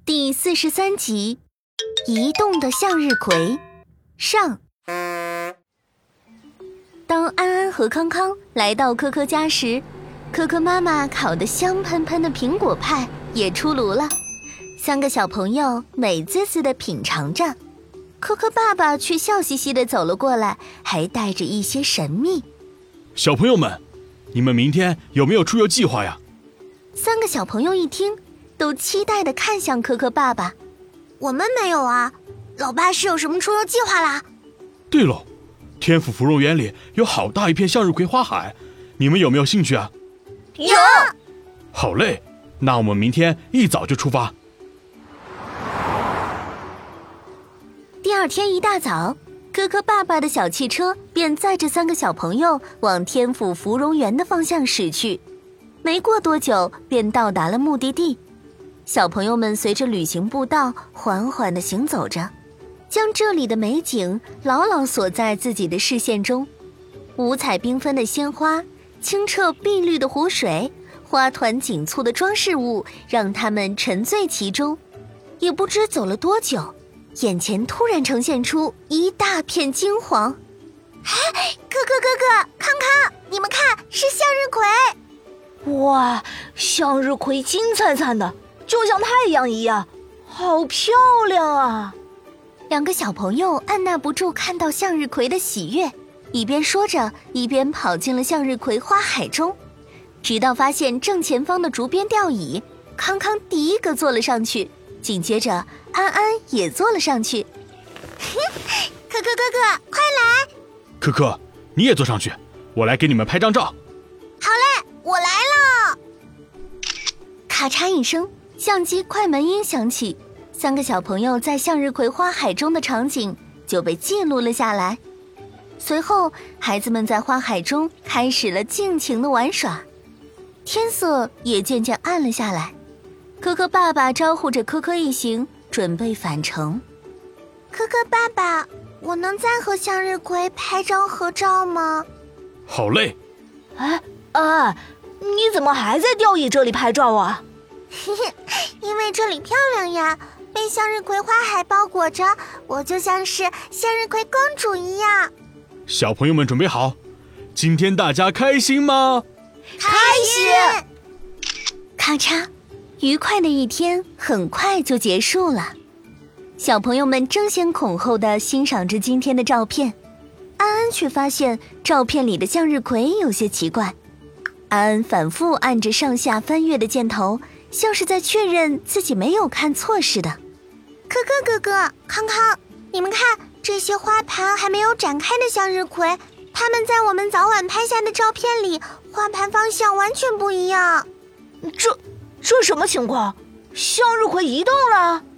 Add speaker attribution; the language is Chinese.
Speaker 1: 第43集，移动的向日葵上。当安安和康康来到科科家时，科科妈妈烤得香喷喷的苹果派也出炉了，三个小朋友美滋滋地品尝着。科科爸爸却笑嘻嘻地走了过来，还带着一些神秘。
Speaker 2: 小朋友们，你们明天有没有出游计划呀？
Speaker 1: 三个小朋友一听，都期待地看向科科爸爸。
Speaker 3: 我们没有啊，老爸是有什么出游计划啦？
Speaker 2: 对喽，天府芙蓉园里有好大一片向日葵花海，你们有没有兴趣啊？
Speaker 3: 有。
Speaker 2: 好嘞，那我们明天一早就出发。
Speaker 1: 第二天一大早，科科爸爸的小汽车便载着三个小朋友往天府芙蓉园的方向驶去。没过多久便到达了目的地。小朋友们随着旅行步道缓缓地行走着，将这里的美景牢牢锁在自己的视线中。五彩缤纷的鲜花，清澈碧绿的湖水，花团锦簇的装饰物让他们沉醉其中。也不知走了多久，眼前突然呈现出一大片金黄。
Speaker 3: 哥哥，康康，你们看，是向日葵。
Speaker 4: 哇，向日葵金灿灿的，就像太阳一样，好漂亮啊！
Speaker 1: 两个小朋友按捺不住看到向日葵的喜悦，一边说着，一边跑进了向日葵花海中。直到发现正前方的竹编吊椅，康康第一个坐了上去，紧接着安安也坐了上去。
Speaker 3: 哥哥，快来！
Speaker 2: 可可，你也坐上去，我来给你们拍张照。
Speaker 3: 好嘞，我来了。
Speaker 1: 咔嚓一声，相机快门音响起，三个小朋友在向日葵花海中的场景就被记录了下来。随后，孩子们在花海中开始了尽情的玩耍。天色也渐渐暗了下来，科科爸爸招呼着科科一行准备返程。
Speaker 3: 科科爸爸，我能再和向日葵拍张合照吗？
Speaker 2: 好嘞。
Speaker 4: 哎，你怎么还在吊椅这里拍照啊？
Speaker 3: 因为这里漂亮呀，被向日葵花海包裹着，我就像是向日葵公主一样。
Speaker 2: 小朋友们准备好，今天大家开心吗？
Speaker 3: 开心！
Speaker 1: 咔嚓，愉快的一天很快就结束了。小朋友们争先恐后地欣赏着今天的照片，安安却发现照片里的向日葵有些奇怪。安安反复按着上下翻阅的箭头，像是在确认自己没有看错似的。
Speaker 3: 科科哥哥，康康，你们看，这些花盘还没有展开的向日葵，它们在我们早晚拍下的照片里，花盘方向完全不一样。
Speaker 4: 这什么情况？向日葵移动了？